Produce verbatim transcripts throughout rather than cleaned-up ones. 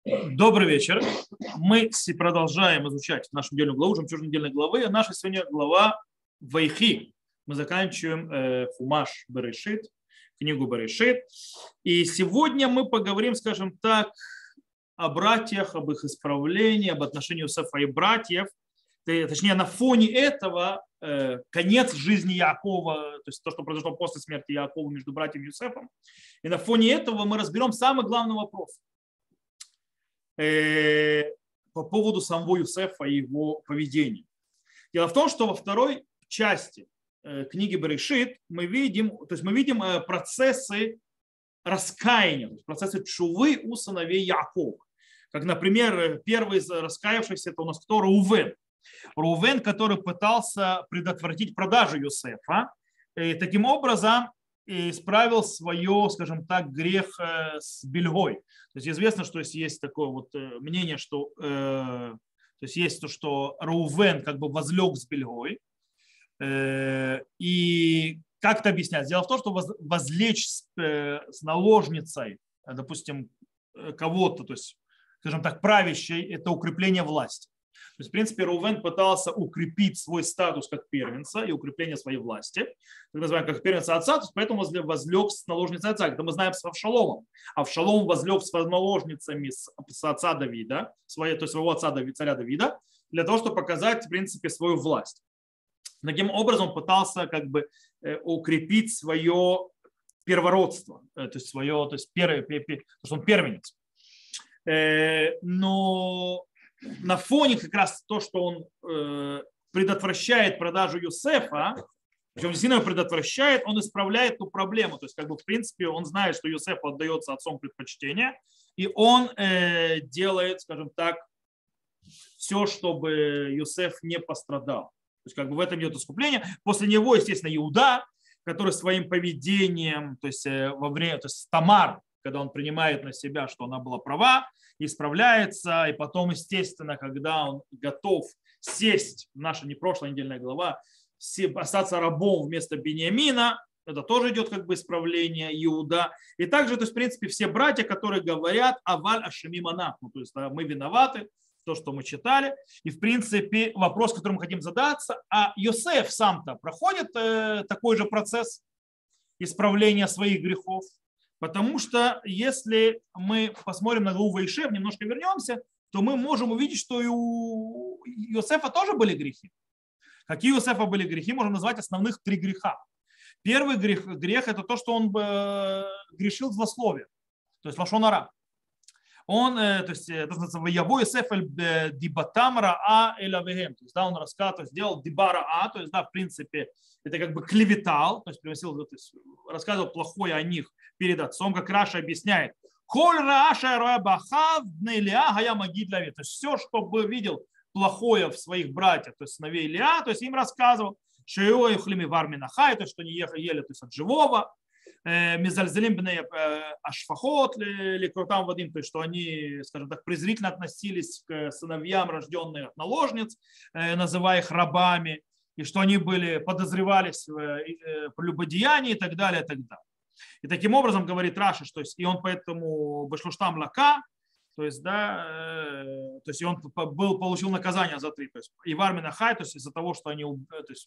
Добрый вечер. Мы с- продолжаем изучать нашу недельную главу, жемчужную недельной главы. Наша сегодня глава Вайхи. Мы заканчиваем э, Хумаш Берешит, книгу Берешит. И сегодня мы поговорим, скажем так, о братьях, об их исправлении, об отношении Иосифа и братьев. Т- Точнее, на фоне этого э, конец жизни Якова, то есть то, что произошло после смерти Якова между братьями Иосифом. И на фоне этого мы разберем самый главный вопрос э, по поводу самого Юсефа и его поведения. Дело в том, что во второй части э, книги Берешит мы видим, то есть мы видим э, процессы раскаяния, то есть процессы чувы у сыновей Якова. Как, например, э, первый из раскаявшихся это у нас кто? Рувен. Рувен, который пытался предотвратить продажу Юсефа, и таким образом исправил свое, скажем так, грех э, с бельгой. То есть известно, что есть такое вот э, мнение, что э, то есть есть то, что Рувен как бы возлег с бельгой. Э, и как это объяснять? Дело в том, что воз, возлечь с, э, с наложницей, э, допустим, э, кого-то, то есть, скажем так, правящей, это укрепление власти. То есть, в принципе, Рувен пытался укрепить свой статус как первенца и укрепление своей власти, так называемый как первенца отца, то есть поэтому возлег с наложницей отца. Это мы знаем с Авшаломом. Авшалом возлег с наложницами с, с отца Давида, своей, то есть своего отца царя Давида, для того, чтобы показать, в принципе, свою власть. Таким образом он пытался как бы укрепить свое первородство, то есть свое, то есть первый, то, что он первенец. Но на фоне как раз то, что он э, предотвращает продажу Юсефа, причем действительно предотвращает, он исправляет ту проблему. То есть, как бы, в принципе, он знает, что Юсеф отдается отцом предпочтения, и он э, делает, скажем так, все, чтобы Юсеф не пострадал. То есть, как бы в этом идет искупление. После него, естественно, Иуда, который своим поведением, то есть э, во время, то есть Тамар, когда он принимает на себя, что она была права, исправляется, и потом, естественно, когда он готов сесть, наша не прошлая недельная глава, остаться рабом вместо Бениамина, это тоже идет как бы исправление Иуда. И также, то есть, в принципе, все братья, которые говорят «Аваль ашемим анах», ну, то есть да, мы виноваты, то, что мы читали. И, в принципе, вопрос, который мы хотим задаться, а Йосеф сам-то проходит э, такой же процесс исправления своих грехов? Потому что если мы посмотрим на главу Ваишев, немножко вернемся, то мы можем увидеть, что и у Иосифа тоже были грехи. Какие у Иосифа были грехи? Можем назвать основных три греха. Первый грех, грех это то, что он грешил злословие, то есть лашон ара. Он, то есть, это называется «Ваяво Йосеф эль дибатам раа эль авеhem». То есть, да, он рассказал, то есть, сделал дибара а, то есть, да, в принципе, это как бы клеветал, то есть, приносил, то есть, рассказывал плохое о них перед отцом, как Раша объясняет. «Коль рааша рабахав бнейлиа гая магид лави». То есть, все, что бы видел плохое в своих братьях, то есть, сыновей Илия, то есть, им рассказывал, что его ихлими варминахай, то есть, что они ели, то есть, от живого. Мизальзелим бней ашфахот лекрутам вадим, то есть что они, скажем так, презрительно относились к сыновьям, рожденных от наложниц, называя их рабами, и что они были, подозревались в прелюбодеянии и так далее, и так далее. И таким образом говорит Раши, что есть, и он поэтому башлуштам лака, то есть, да, то есть и он был, получил наказание за три, то есть и вармина хай, то есть из-за того, что они, то есть,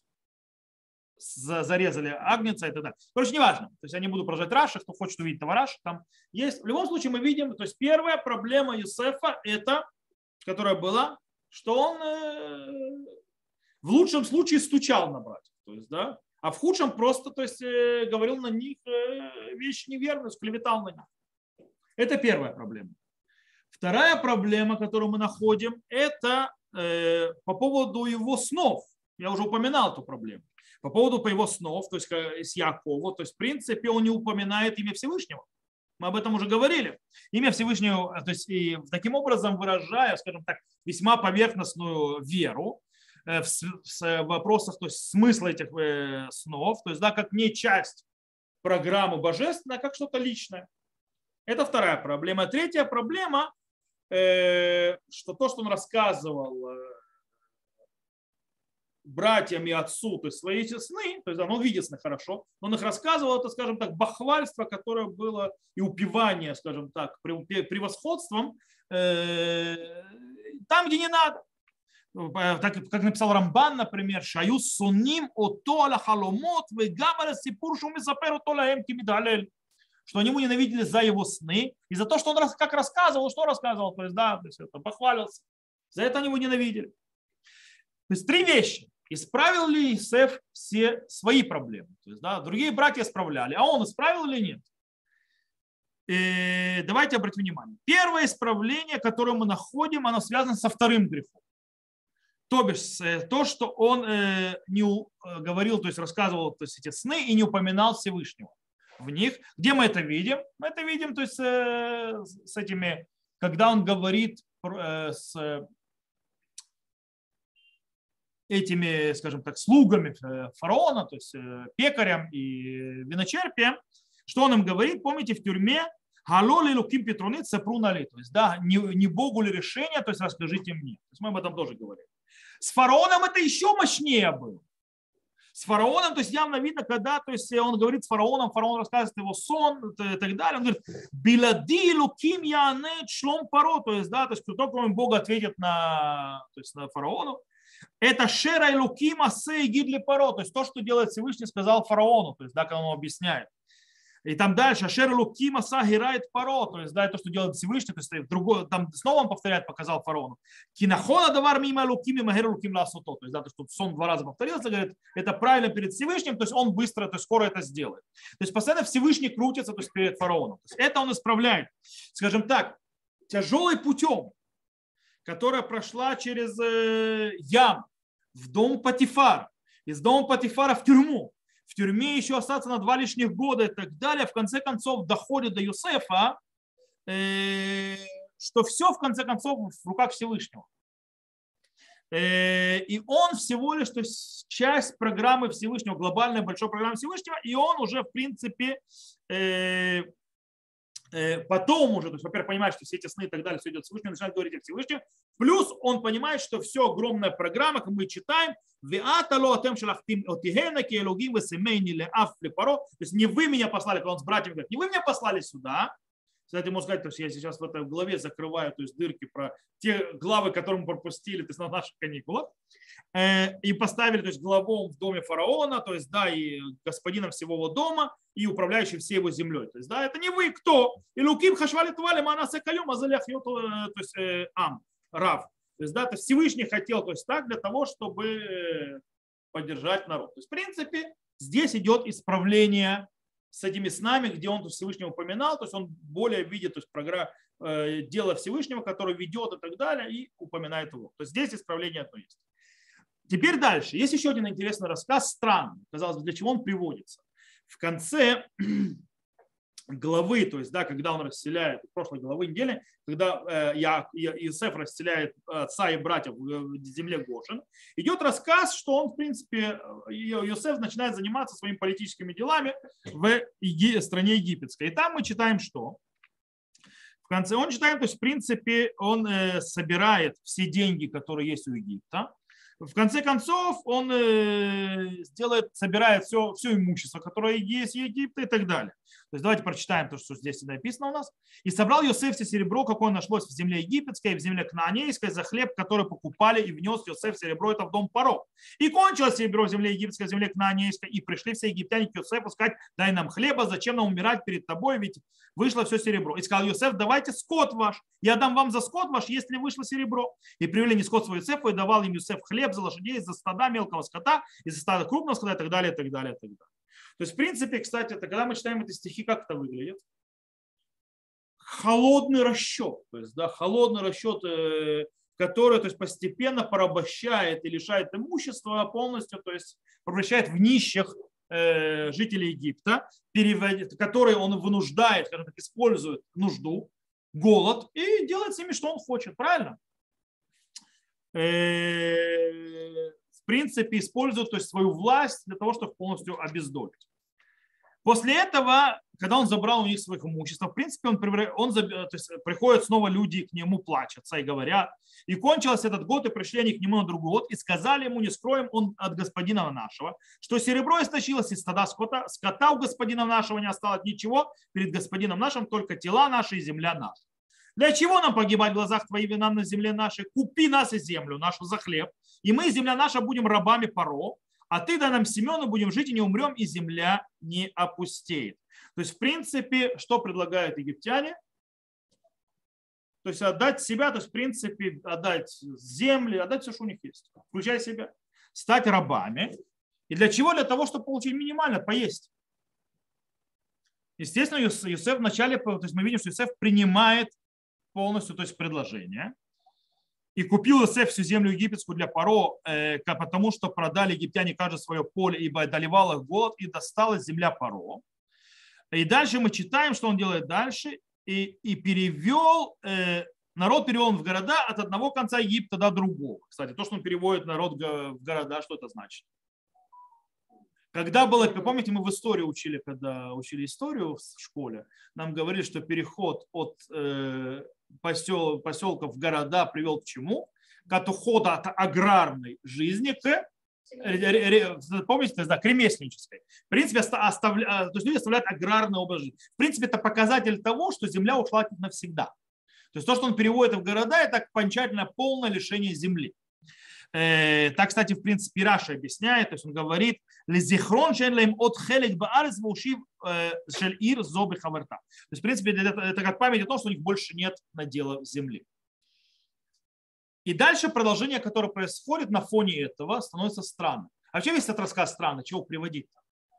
зарезали агнца и так далее. Короче, неважно. То есть я не буду продолжать Раши, кто хочет увидеть этого Раши, там есть. В любом случае мы видим, то есть первая проблема Юсефа, это, которая была, что он э, в лучшем случае стучал на братьев, то есть, да, а в худшем просто, то есть, э, говорил на них э, вещи неверные, клеветал на них. Это первая проблема. Вторая проблема, которую мы находим, это э, по поводу его снов. Я уже упоминал эту проблему. По поводу по его снов, то есть с Якова, то есть в принципе он не упоминает имя Всевышнего. Мы об этом уже говорили. Имя Всевышнего, то есть и таким образом выражая, скажем так, весьма поверхностную веру в, в вопросах, то есть смысла этих снов, то есть да, как не часть программы божественной, а как что-то личное. Это вторая проблема. Третья проблема, что то, что он рассказывал братьям и отцу, то есть свои эти сны, то есть да, он видит сны хорошо, он их рассказывал, это, скажем так, бахвальство, которое было и упивание, скажем так, превосходством э, там, где не надо. Так, как написал Рамбан, например, «Шаю суним ото аля халомот вегам аля сипур шум мисапер ото лаэм ки мидалель», что они его ненавидели за его сны и за то, что он как рассказывал, что рассказывал, то есть, да, то есть это похвалился. За это они его ненавидели. То есть три вещи. Исправил ли Йосеф все свои проблемы? То есть, да, другие братья исправляли, а он исправил или нет? И давайте обратим внимание. Первое исправление, которое мы находим, оно связано со вторым грехом. То бишь то, что он не говорил, то есть рассказывал, то есть эти сны и не упоминал Всевышнего в них. Где мы это видим? Мы это видим, то есть с этими, когда он говорит с этими, скажем так, слугами фараона, то есть пекарем и виночерпием, что он им говорит, помните, в тюрьме, «Галло ли луким петронит сепрунали», то есть, да, не, не Богу ли решение, то есть расскажите мне. То есть мы об этом тоже говорим. С фараоном это еще мощнее было. С фараоном, то есть явно видно, когда то есть он говорит с фараоном, фараон рассказывает его сон и так далее, он говорит, «Билади луким яанет шлом паро», то есть, да, то есть кто кроме Бога ответит на, то есть, на фараону. Это шера и лукима сей гидли паро, то есть то, что делает Всевышний, сказал фараону, то есть да, когда он объясняет. И там дальше шера лукима сагирает паро, то есть да, то, что делает Всевышний, то есть другой, там снова он повторяет, показал фараону. Кинахона давар мимо лукими магер луким ласото, то есть да, то, что сон два раза повторился, говорит, это правильно перед Всевышним, то есть он быстро, то есть скоро это сделает. То есть постоянно Всевышний крутится, то есть перед фараоном. То есть это он исправляет, скажем так, тяжелым путем, которая прошла через Ям в дом Патифар, из дома Патифара в тюрьму, в тюрьме еще остаться на два лишних года и так далее, в конце концов доходит до Йосефа, что все в конце концов в руках Всевышнего. И он всего лишь то есть, часть программы Всевышнего, глобальной большой программы Всевышнего, и он уже в принципе потом уже, то есть, во-первых, понимает, что все эти сны и так далее, все идет Всевышний, начинает говорить о Всевышнем. Плюс он понимает, что все огромная программа, как мы читаем, то есть не вы меня послали, когда он с братьями говорит, не вы меня послали сюда. Кстати, можно сказать, то есть я сейчас в этой главе закрываю то есть, дырки про те главы, которые мы пропустили то есть, на наших каникулах. И поставили то есть, главом в доме фараона, то есть, да, и господином всего его дома, и управляющим всей его землей. То есть, да, это не вы кто. И луким хашвали твали манасе каюм азалях то есть ам, рав. То есть, да, то есть Всевышний хотел то есть, так для того, чтобы поддержать народ. То есть, в принципе, здесь идет исправление с этими снами, где он Всевышнего упоминал, то есть он более видит то есть, программ, э, дело Всевышнего, которое ведет и так далее, и упоминает его. То есть здесь исправление одно есть. Теперь дальше. Есть еще один интересный рассказ, странный. Казалось бы, для чего он приводится. В конце главы, то есть, да, когда он расселяет, в прошлой главы недели, когда э, я, я, Йосеф расселяет отца и братьев в земле Гошен, идет рассказ, что он, в принципе, Йосеф начинает заниматься своими политическими делами в Еги, стране египетской. И там мы читаем, что в конце он читаем, то есть, в принципе, он э, собирает все деньги, которые есть у Египта. В конце концов, он сделает, собирает все, все имущество, которое есть в Египте и так далее. То есть давайте прочитаем то, что здесь написано у нас. «И собрал Йосеф все серебро, какое нашлось в земле египетской и в земле кнаанейской, за хлеб, который покупали, и внес Йосеф серебро это в дом Паро. И кончилось серебро в земле египетской, в земле кнаанейской, и пришли все египтяне к Йосефу сказать, дай нам хлеба, зачем нам умирать перед тобой, ведь вышло все серебро. И сказал Йосеф, давайте скот ваш, я дам вам за скот ваш, если вышло серебро. И привели не скот свой Йосефу, и давал им Йосеф хлеб за лошадей, за стада мелкого скота, и за стада крупного скота, и так далее, и так далее, и так далее. То есть, в принципе, кстати, это, когда мы читаем эти стихи, как это выглядит? Холодный расчет. То есть, да, холодный расчет, который то есть, постепенно порабощает и лишает имущества полностью, то есть превращает в нищих э, жителей Египта, переводит, которые он вынуждает, скажем так, использует нужду, голод и делает с ними, что он хочет. Правильно? Э, в принципе, используют то есть, свою власть для того, чтобы полностью обездолить. После этого когда он забрал у них своих имущества, в принципе, он, он то есть, приходят снова люди к нему, плачутся и говорят, и кончился этот год, и пришли они к нему на другой год, и сказали ему, не скроем он от господина нашего, что серебро истощилось из стада скота, скота у господина нашего не осталось ничего, перед господином нашим только тела наши и земля наша. Для чего нам погибать в глазах твоих и нам на земле нашей? Купи нас и землю нашу за хлеб, и мы, земля наша, будем рабами Паро, а ты дай нам семену, будем жить и не умрем, и земля не опустеет. То есть, в принципе, что предлагают египтяне? То есть отдать себя, то есть, в принципе, отдать земли, отдать все, что у них есть, включая себя, стать рабами. И для чего? Для того, чтобы получить минимально, поесть. Естественно, Йосеф вначале, то есть мы видим, что Йосеф принимает полностью, то есть предложение. И купил Йосеф всю землю египетскую для Паро, потому что продали египтяне каждое свое поле, ибо одолевал их голод, и досталась земля Паро. И дальше мы читаем, что он делает дальше. И, и перевел, э, народ перевел в города от одного конца Египта до другого. Кстати, то, что он переводит народ в города, что это значит? Когда было, помните, мы в истории учили, когда учили историю в школе, нам говорили, что переход от э, посел, поселков в города привел к чему? К отходу от аграрной жизни к помните, да, к ремесленнической. В принципе, оставля... то есть люди оставляют аграрный образ жизни. В принципе, это показатель того, что земля ушла от них навсегда. То есть то, что он переводит в города, это окончательно полное лишение земли. Э, так, кстати, в принципе, Раши объясняет, то есть он говорит, «Лезихрон шенлем от хелек баарец ваушив шель ир зобы хаверта». То есть, в принципе, это, это как память о том, что у них больше нет надела земли. И дальше продолжение, которое происходит на фоне этого, становится странным. А вообще весь этот рассказ странный, чего приводить-то?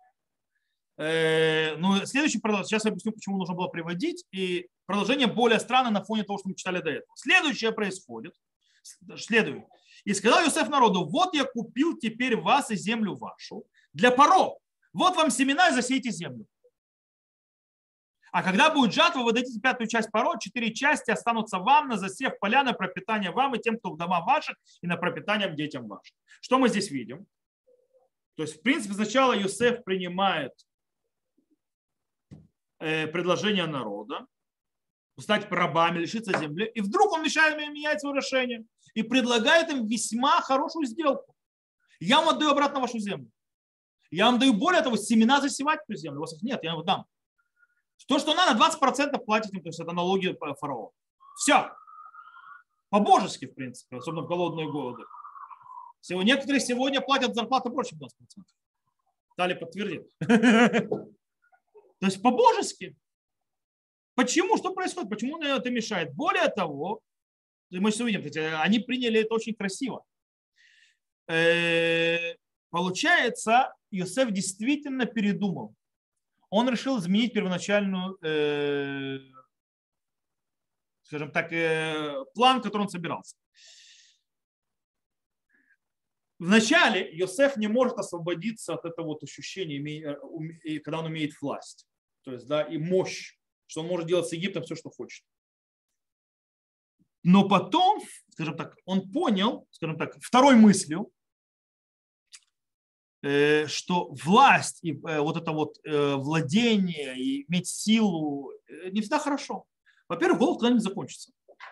Э, ну, следующий продолжение, сейчас я объясню, почему нужно было приводить. И продолжение более странное на фоне того, что мы читали до этого. Следующее происходит. Следует. И сказал Йосеф народу, вот я купил теперь вас и землю вашу для Паро. Вот вам семена, и засейте землю. А когда будет жатва, вы дадите пятую часть пород, четыре части останутся вам на засев поля, на пропитание вам и тем, кто в дома ваших, и на пропитание детям вашим. Что мы здесь видим? То есть, в принципе, сначала Йосеф принимает предложение народа, стать рабами, лишиться земли, и вдруг он мешает им менять свое решение и предлагает им весьма хорошую сделку. Я вам отдаю обратно вашу землю. Я вам даю, более того, семена засевать эту землю. У вас их нет, я вам дам. То, что надо, двадцать процентов платить им, то есть это налоги фараона. Все. По-божески, в принципе, особенно в голодные годы. Некоторые сегодня платят зарплату больше двадцать процентов. Дали подтвердит. То есть по-божески. Почему? Что происходит? Почему это мешает? Более того, мы сейчас увидим, они приняли это очень красиво. Получается, Йосеф действительно передумал. Он решил изменить первоначальную, э, скажем так, э, план, который он собирался. Вначале Йосеф не может освободиться от этого вот ощущения, когда он имеет власть, то есть, да, и мощь, что он может делать с Египтом все, что хочет. Но потом, скажем так, он понял, скажем так, второй мыслью, что власть и вот это вот владение, и иметь силу не всегда хорошо. Во-первых, голод когда-нибудь закончится.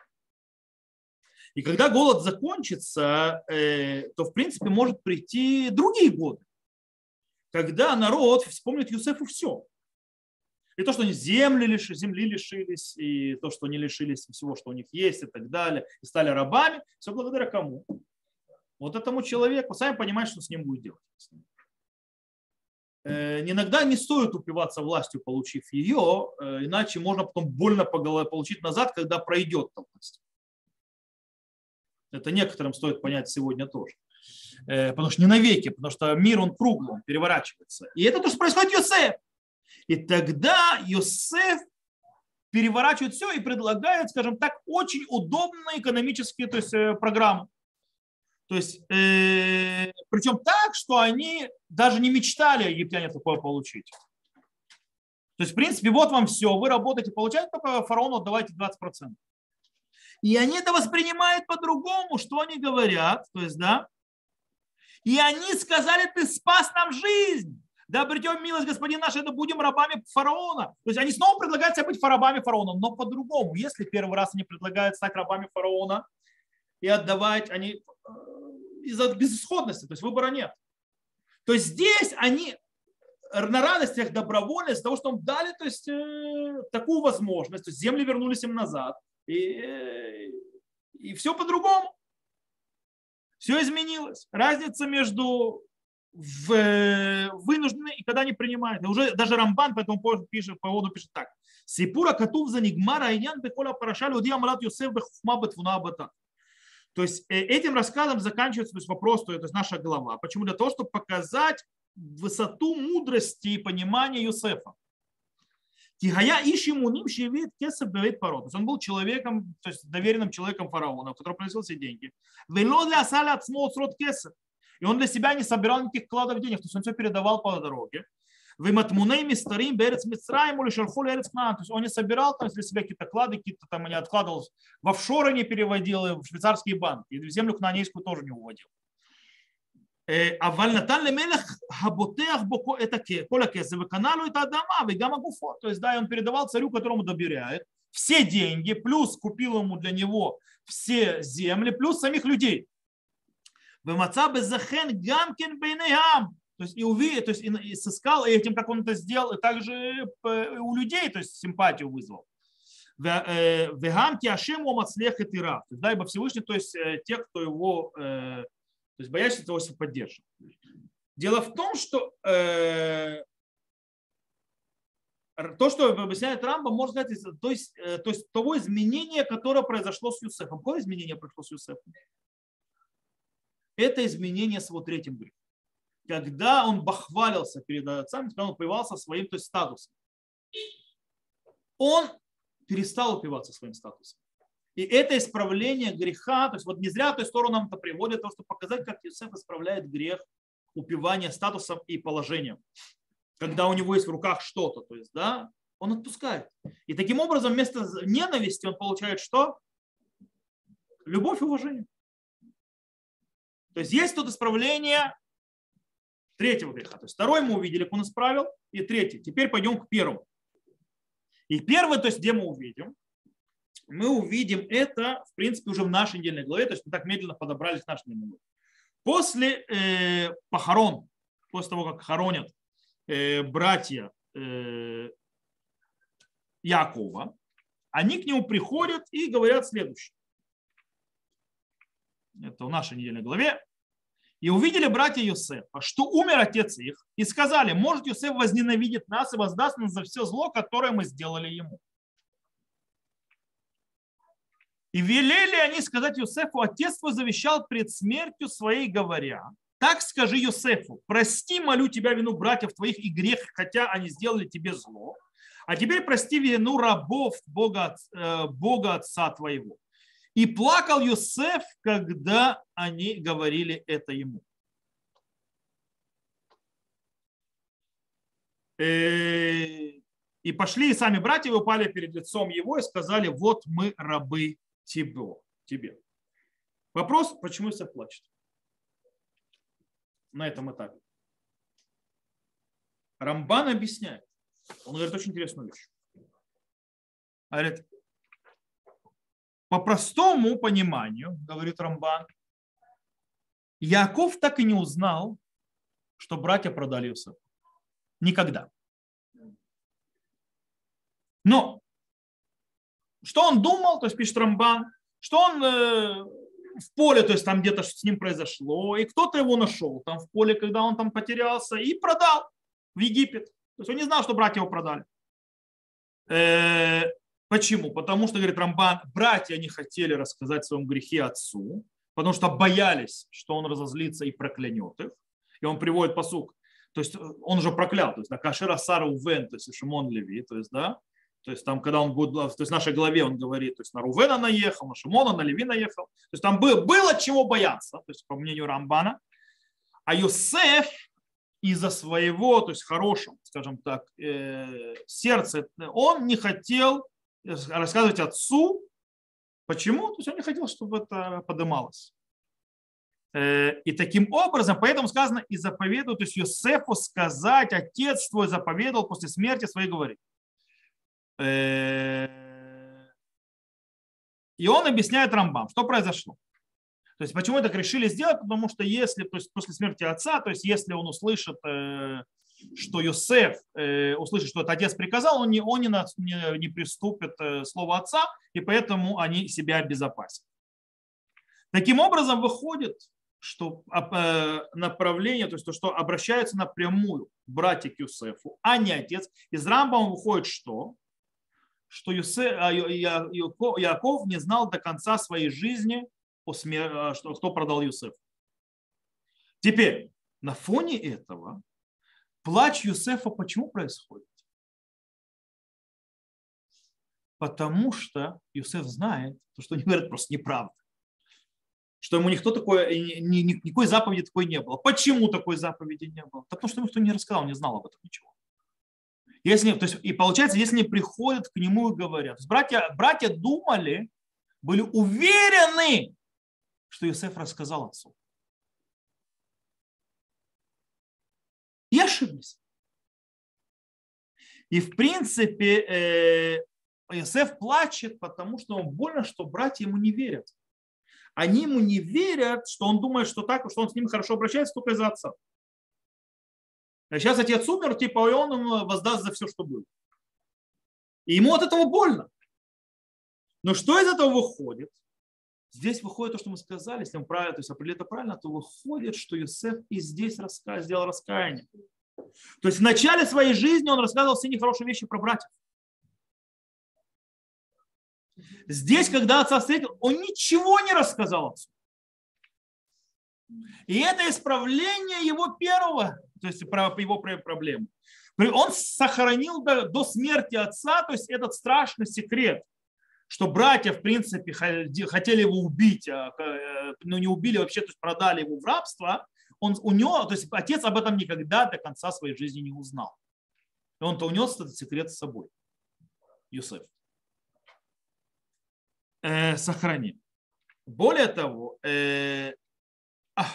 И когда голод закончится, то в принципе может прийти другие годы, когда народ вспомнит Йосефу все. И то, что они земли, лишились, земли лишились, и то, что они лишились всего, что у них есть, и так далее, и стали рабами, все благодаря кому? Вот этому человеку, сами понимаете, что с ним будет делать. Иногда не стоит упиваться властью, получив ее, иначе можно потом больно по голове получить назад, когда пройдет эта власть. Это некоторым стоит понять сегодня тоже. Потому что не навеки, потому что мир, он круглый, он переворачивается. И это то, что происходит с Йосеф. И тогда Йосеф переворачивает все и предлагает, скажем так, очень удобные экономические, то есть, программы. То есть, э, причем так, что они даже не мечтали египтяне такое получить. То есть, в принципе, вот вам все, вы работаете, получаете, только фараону отдавайте двадцать процентов. И они это воспринимают по-другому, что они говорят, то есть, да, и они сказали, ты спас нам жизнь, Да обретем милость, господин наш, это будем рабами фараона. То есть они снова предлагают себе быть рабами фараона, но по-другому. Если первый раз они предлагают стать рабами фараона и отдавать, они из-за безысходности, то есть выбора нет. То есть здесь они на радостях добровольно из-за того, что им дали, то есть, э, такую возможность, то есть земли вернулись им назад, и, э, и все по-другому. Все изменилось. Разница между в, вынуждены и когда они принимают. И уже даже Рамбан по этому поводу пишет, по поводу пишет так. Сипура катув за нигмара айнян бекола парашаль удия малат Йосеф бехуфма бетвуна абата. То есть этим рассказом заканчивается, то есть вопрос, то есть наша глава. Почему? Для того, чтобы показать высоту мудрости и понимания Юсефа. Тигая ищемуним шевит кесов бевет парод. То есть он был человеком, то есть доверенным человеком фараона, который приносил все деньги. Вело для асаля от смоуцрот кесов. И он для себя не собирал никаких вкладов денег, то есть он все передавал по дороге. Выматмунейми старым берец Мицраим или шарху эрец Кнаан. То есть он не собирал там для себя какие-то клады, какие-то там не откладывал, в офшоры не переводил, в швейцарские банки. И в землю кнаанейскую тоже не уводил. אבל נתן למלך הבוטח בו את כל הכסף וקנה לו את האדמה וגם הגופות. То есть, да, и он передавал царю, которому доверяет, все деньги, плюс купил ему для него все земли, плюс самих людей. ומצא בזכן גם כן בעיני העם. То есть, и увидел, то есть, и сыскал этим, как он это сделал, и также у людей, то есть, симпатию вызвал. Вегам ки ашем у мацлех и тира. То есть, да, ибо Всевышний, то есть, те, кто его... То есть боящийся того, что поддержит. Дело в том, что э, то, что объясняет Рамба, можно сказать, то есть, э, то есть того изменения, которое произошло с Юсефом. Какое изменение произошло с Юсефом? Это изменение с его третьим грехом. Когда он бахвалился перед отцами, когда он упивался своим, то есть, статусом. Он перестал упиваться своим статусом. И это исправление греха, то есть вот не зря ту сторону нам это приводит, то, чтобы показать, как Йосеф исправляет грех упивания статусом и положением. Когда у него есть в руках что-то, то есть, да, он отпускает. И таким образом вместо ненависти он получает что? Любовь и уважение. То есть есть тут исправление третьего греха. То есть второй мы увидели, как он исправил, и третий. Теперь пойдем к первому. И первый, то есть где мы увидим? Мы увидим это, в принципе, уже в нашей недельной главе, то есть мы так медленно подобрались к нашей недельной главе. После э, похорон, после того, как хоронят э, братья э, Якова, они к нему приходят и говорят следующее. Это в нашей недельной главе. И увидели братья Йосефа, что умер отец их, и сказали, может, Йосеф возненавидит нас и воздаст нам за все зло, которое мы сделали ему. И велели они сказать Йосефу, отец твой завещал пред смертью своей, говоря, так скажи Йосефу, прости, молю тебя, вину братьев твоих и грех, хотя они сделали тебе зло, а теперь прости вину рабов Бога, Бога отца твоего. И плакал Йосеф, когда они говорили это ему. И пошли и сами братья упали перед лицом его и сказали, вот мы рабы тебе. тебе. Вопрос, почему Йосеф плачет на этом этапе? Рамбан объясняет. Он говорит очень интересную вещь. Говорит, по простому пониманию, говорит Рамбан, Яков так и не узнал, что братья продали Йосефа. Никогда. Но что он думал, то есть пишет Рамбан, что он э, в поле, то есть там где-то с ним произошло, и кто-то его нашел там в поле, когда он там потерялся, и продал в Египет. То есть он не знал, что братья его продали. Э, почему? Потому что, говорит Рамбан, братья не хотели рассказать о своем грехе отцу, потому что боялись, что он разозлится и проклянет их. И он приводит пасук. То есть он уже проклял. То есть на Кашира Сара Увен, то есть Шимон Леви, то есть, да, то есть там, когда он будет, то есть в нашей главе он говорит, то есть на Рувена наехал, на Шимона, на Леви наехал. То есть там было, было чего бояться, то есть по мнению Рамбана. А Йосеф из-за своего, то есть хорошего, скажем так, э, сердца, он не хотел рассказывать отцу. Почему? То есть он не хотел, чтобы это подымалось. И таким образом, поэтому сказано, и заповедует, то есть Йосефу сказать, отец твой заповедовал после смерти своей, говорит. И он объясняет Рамбам, что произошло. То есть почему это решили сделать, потому что если, то есть после смерти отца, то есть если он услышит, что Йосеф услышит, что этот отец приказал, он не, он не, не, не приступит слово отца, и поэтому они себя обезопасят. Таким образом выходит, что направление, то есть то, что обращаются напрямую братья к Йосефу, а не отец. Из Рамбама выходит что? Что Йосеф, Яаков не знал до конца своей жизни, что, кто продал Йосефа. Теперь, на фоне этого, плач Йосефа почему происходит? Потому что Йосеф знает, что они говорят просто неправда. Что ему никто такой, никакой заповеди такой не было. Почему такой заповеди не было? Потому что ему никто не рассказал, не знал об этом ничего. Если, то есть, и получается, если они приходят к нему и говорят, то есть братья, братья думали, были уверены, что Йосеф рассказал отцу. И ошиблись. И в принципе Йосеф плачет, потому что он больно, что братья ему не верят. Они ему не верят, что он думает, что так, что он с ними хорошо обращается только из-за отца. А сейчас отец умер, типа, и он ему воздаст за все, что было. И ему от этого больно. Но что из этого выходит? Здесь выходит то, что мы сказали, если мы правильно, то есть определили это правильно, то выходит, что Йосеф и здесь раска... сделал раскаяние. То есть в начале своей жизни он рассказывал все нехорошие вещи про братьев. Здесь, когда отца встретил, он ничего не рассказал отцу. И это исправление его первого, то есть его проблемы. Он сохранил до, до смерти отца, то есть этот страшный секрет, что братья, в принципе, хотели его убить, но не убили вообще, то есть продали его в рабство. Он, у него, то есть отец об этом никогда до конца своей жизни не узнал. И он-то унес этот секрет с собой. Йосеф. Э, сохранил. Более того, э, а,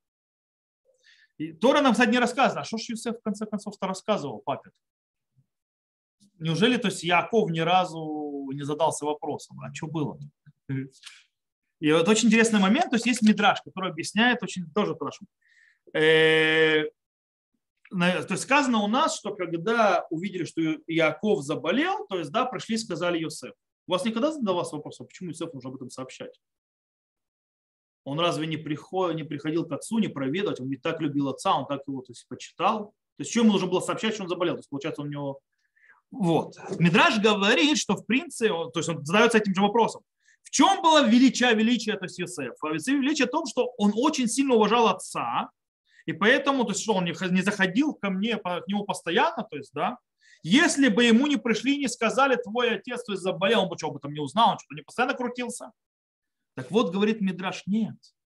Тора нам, кстати, не рассказывает, а что ж Йосеф в конце концов-то рассказывал папе? Неужели, то есть Яаков ни разу не задался вопросом, а что было? И вот очень интересный момент, то есть есть мидраш, который объясняет очень тоже хорошо. Э, то есть сказано у нас, что когда увидели, что Яаков заболел, то есть да, пришли и сказали Йосеф. У вас никогда задавался вопрос, а почему Йосеф нужно об этом сообщать? Он разве не, приход, не приходил к отцу, не проведать? Он ведь так любил отца, он так его то есть, почитал. То есть, что ему нужно было сообщать, что он заболел? То есть, получается, у него... Вот. Мидраш говорит, что в принципе, он, то есть он задается этим же вопросом. В чем было величие, величие то есть Йосефа? Величие в том, что он очень сильно уважал отца, и поэтому, то есть, что он не заходил ко мне, к нему постоянно, то есть, да, если бы ему не пришли и не сказали, твой отец то есть, заболел, он бы что об этом не узнал, он что-то не постоянно крутился. Так вот, говорит Мидраш, нет.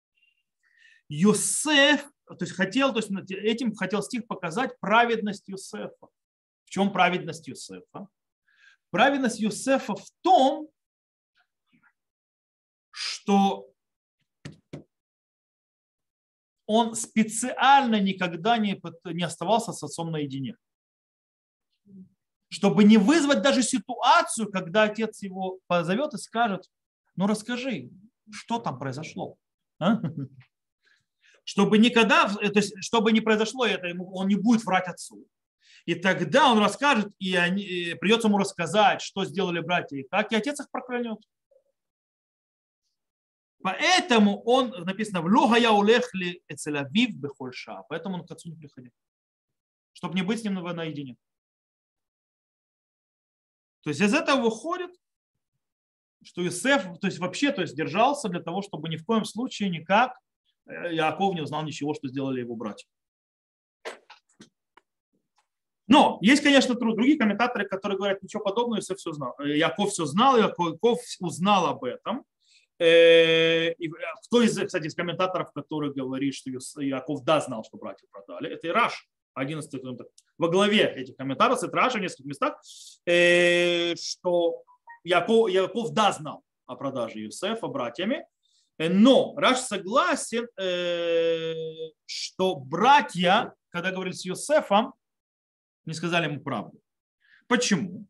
Йосеф, то есть хотел, то есть этим хотел стих показать праведность Йосефа. В чем праведность Йосефа? Праведность Йосефа в том, что он специально никогда не, не оставался с отцом наедине. Чтобы не вызвать даже ситуацию, когда отец его позовет и скажет, ну расскажи, что там произошло. А? Чтобы никогда, то есть, чтобы не произошло это, он не будет врать отцу. И тогда он расскажет, и, они, и придется ему рассказать, что сделали братья и как, и отец их проклянет. Поэтому он, написано, в логая улехли эцелавив бехольша, поэтому он к отцу не приходил, чтобы не быть с ним наедине. То есть из этого выходит, что Йосеф, то есть вообще, то есть держался для того, чтобы ни в коем случае никак Яаков не узнал ничего, что сделали его братья. Но есть, конечно, другие комментаторы, которые говорят, ничего подобного, Йосеф все знал. Яаков все знал, Яаков узнал об этом. И кто из, кстати, из комментаторов, который говорит, что Яаков да знал, что братья продали, это и Раш, одиннадцатый во главе этих комментаторов, это Раш в нескольких местах, что Яаков, Яаков да знал о продаже Йосефа братьями, Но Раш согласен, что братья, когда говорили с Йосефом, не сказали ему правду. Почему?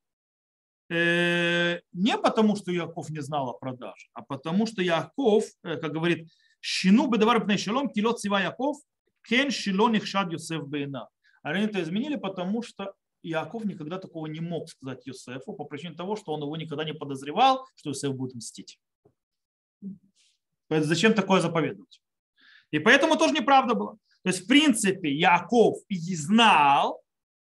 Не потому, что Яков не знал о продаже, а потому, что Яков, как говорит, «Щину бедавар бней шалом, килот сива Яков, кен шилон ихшад Йосеф бейна». Они это изменили, потому что Яков никогда такого не мог сказать Йосефу по причине того, что он его никогда не подозревал, что Йосеф будет мстить. Зачем такое заповедовать? И поэтому тоже неправда было. То есть, в принципе, Яков и знал,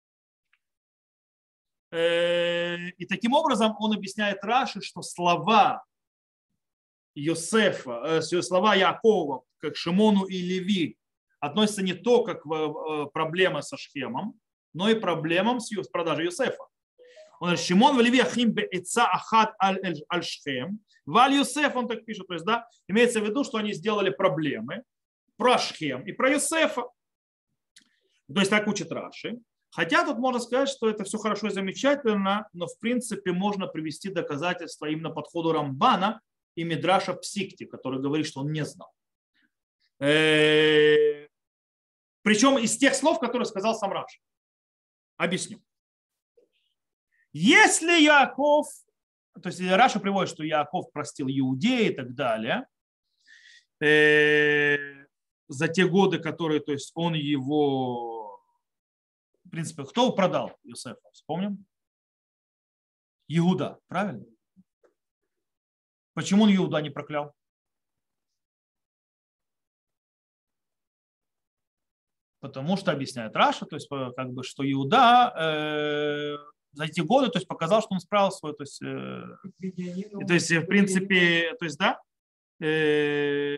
и таким образом он объясняет Раши, что слова Йосефа, слова Якова, как Шимону и Леви, относятся не только к проблеме со Шхемом, но и проблемам с продажей Йосефа. Он говорит, Шимон и Леви ахим беэца ахат аль Шхем, валь Йосеф, он так пишет, то есть, да, имеется в виду, что они сделали проблемы про Шхем и про Йосефа. То есть так учит Раши. Хотя тут можно сказать, что это все хорошо и замечательно, но в принципе можно привести доказательства именно подходу Рамбана и Мидраша Псикти, который говорит, что он не знал. Причем из тех слов, которые сказал сам Раши. Объясню. Если Яков, то есть Раша приводит, что Яков простил Иудеи и так далее, за те годы, которые, то есть он его... В принципе, кто продал Йосефа? Вспомним? Иуда, правильно? Почему он Иуда не проклял? Потому что объясняет Раша, то есть как бы, что Иуда э, за эти годы, то есть показал, что он справил свой, то есть, э, то есть в принципе, то есть да, э,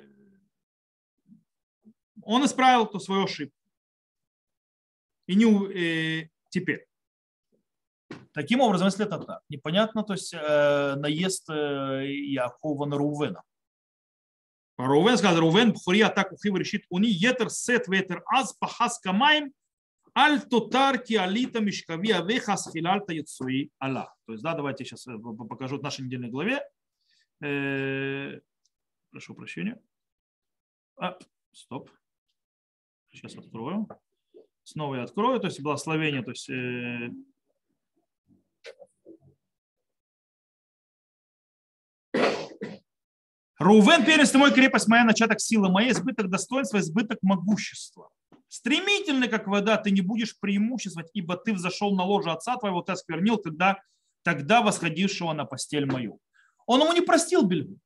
он исправил то свою ошибку. И не, э, теперь. Таким образом, если это так, непонятно, то есть э, наезд э, Якова на Рувена. Рувен сказал, Рувен, бхури атаку хив решит, уни етер сет ветер аз пахас камаем, аль тотарки алита мишкави авеха схилальта яцуи аллах. То есть, да, давайте сейчас покажу в нашей недельной главе. Э, прошу прощения. А, стоп. Сейчас открою. Снова я открою, то есть благословение, то есть э, Рувен, первенство мой, крепость моя, начаток силы моей, избыток достоинства, избыток могущества. Стремительный, как вода, ты не будешь преимуществовать, ибо ты взошел на ложе отца твоего, ты осквернил тогда, тогда восходившего на постель мою. Он ему не простил Бельгу.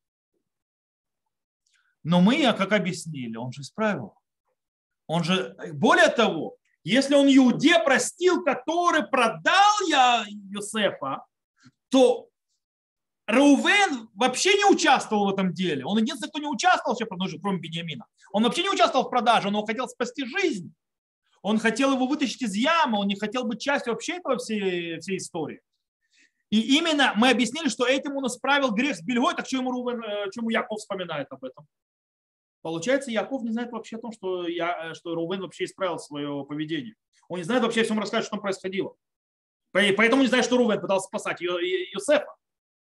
Но мы, как объяснили, он же исправил. Он же, более того, если он Иуде простил, который продал я Йосефа, то Реувен вообще не участвовал в этом деле. Он единственный, кто не участвовал, кроме Беньямина. Он вообще не участвовал в продаже, но он хотел спасти жизнь. Он хотел его вытащить из ямы, он не хотел быть частью вообще этого всей, всей истории. И именно мы объяснили, что этим он исправил грех с Бельгой, так чему, Рувен, чему Яков вспоминает об этом? Получается, Яков не знает вообще о том, что, я, что Рувен вообще исправил свое поведение. Он не знает вообще о всем рассказать, что там происходило. Поэтому не знает, что Рувен пытался спасать Йосефа.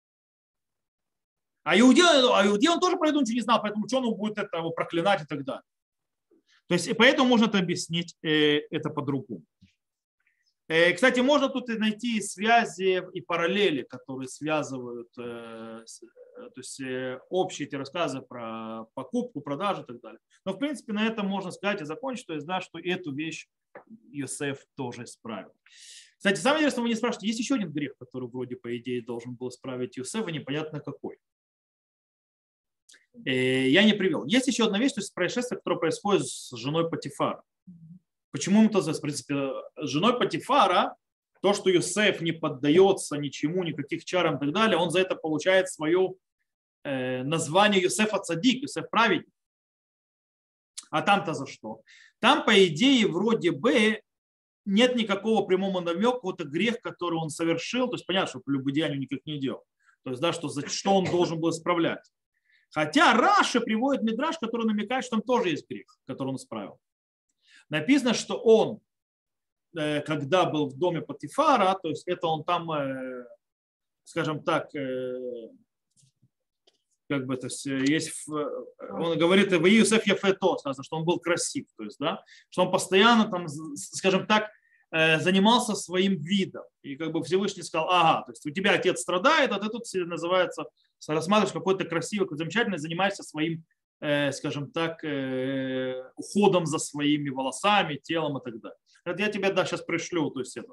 А Иуде, а Иуде он тоже про это ничего не знал, поэтому что он будет это, его проклинать и так далее. То есть, поэтому можно это объяснить э, это по-другому. Э, кстати, можно тут и найти связи и параллели, которые связывают э, с, то есть, э, общие эти рассказы про покупку, продажу и так далее. Но, в принципе, на этом можно сказать и закончить, то есть, да, что эту вещь Йосеф тоже исправил. Кстати, самое интересное, вы не спрашиваете, есть еще один грех, который вроде, по идее, должен был исправить Йосеф, и непонятно какой. Я не привел. Есть еще одна вещь, то есть происшествие, которое происходит с женой Потифара. Почему это, в принципе, с женой Потифара, то, что Йосеф не поддается ничему, никаких чарам и так далее, он за это получает свое э, название Йосефа Цадик, Йосеф праведник. А там-то за что? Там, по идее, вроде бы нет никакого прямого намека, какой-то грех, который он совершил, то есть понятно, что по любодеянию никак не делал. То есть, да, что, за что он должен был исправлять. Хотя Раши приводит мидраш, который намекает, что там тоже есть грех, который он исправил. Написано, что он, когда был в доме Потифара, то есть это он там, скажем так, как бы, то есть, есть, он говорит, в Иосиф Ефето, сказано, что он был красив, то есть, да, что он постоянно там, скажем так, занимался своим видом. И как бы Всевышний сказал, ага, то есть у тебя отец страдает, а ты тут называется, рассматриваешь какой-то красивый, какой-то замечательный, занимаешься своим, скажем так, уходом за своими волосами, телом и так далее. Это я тебе да, сейчас пришлю, то есть это,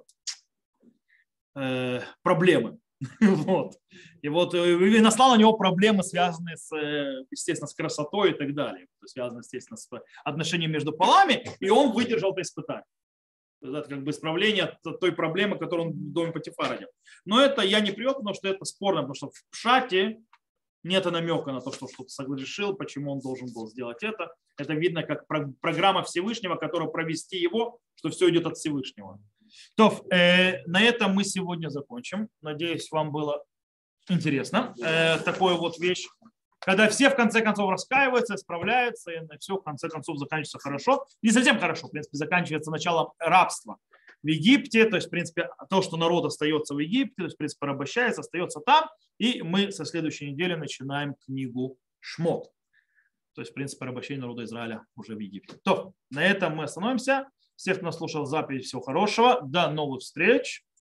проблемы. Вот. И вот и наслал на него проблемы, связанные с, естественно, с красотой и так далее, связанные, естественно, с отношением между полами, и он выдержал это испытание. Это как бы исправление той проблемы, которую он в доме Потифара делал. Но это я не привел, потому что это спорно, потому что в Пшате нет намека на то, что что-то согрешил, почему он должен был сделать это. Это видно как программа Всевышнего, которая провести его, что все идет от Всевышнего. То, э, на этом мы сегодня закончим. Надеюсь, вам было интересно. Э, такую вот вещь, когда все в конце концов раскаиваются, исправляются, и все в конце концов заканчивается хорошо. Не совсем хорошо, в принципе, заканчивается начало рабства в Египте, то есть, в принципе, то, что народ остается в Египте, то есть, в принципе, порабощается, остается там, и мы со следующей недели начинаем книгу Шмот. То есть, в принципе, порабощение народа Израиля уже в Египте. То, на этом мы остановимся. Всех, кто нас слушал запись, всего хорошего. До новых встреч.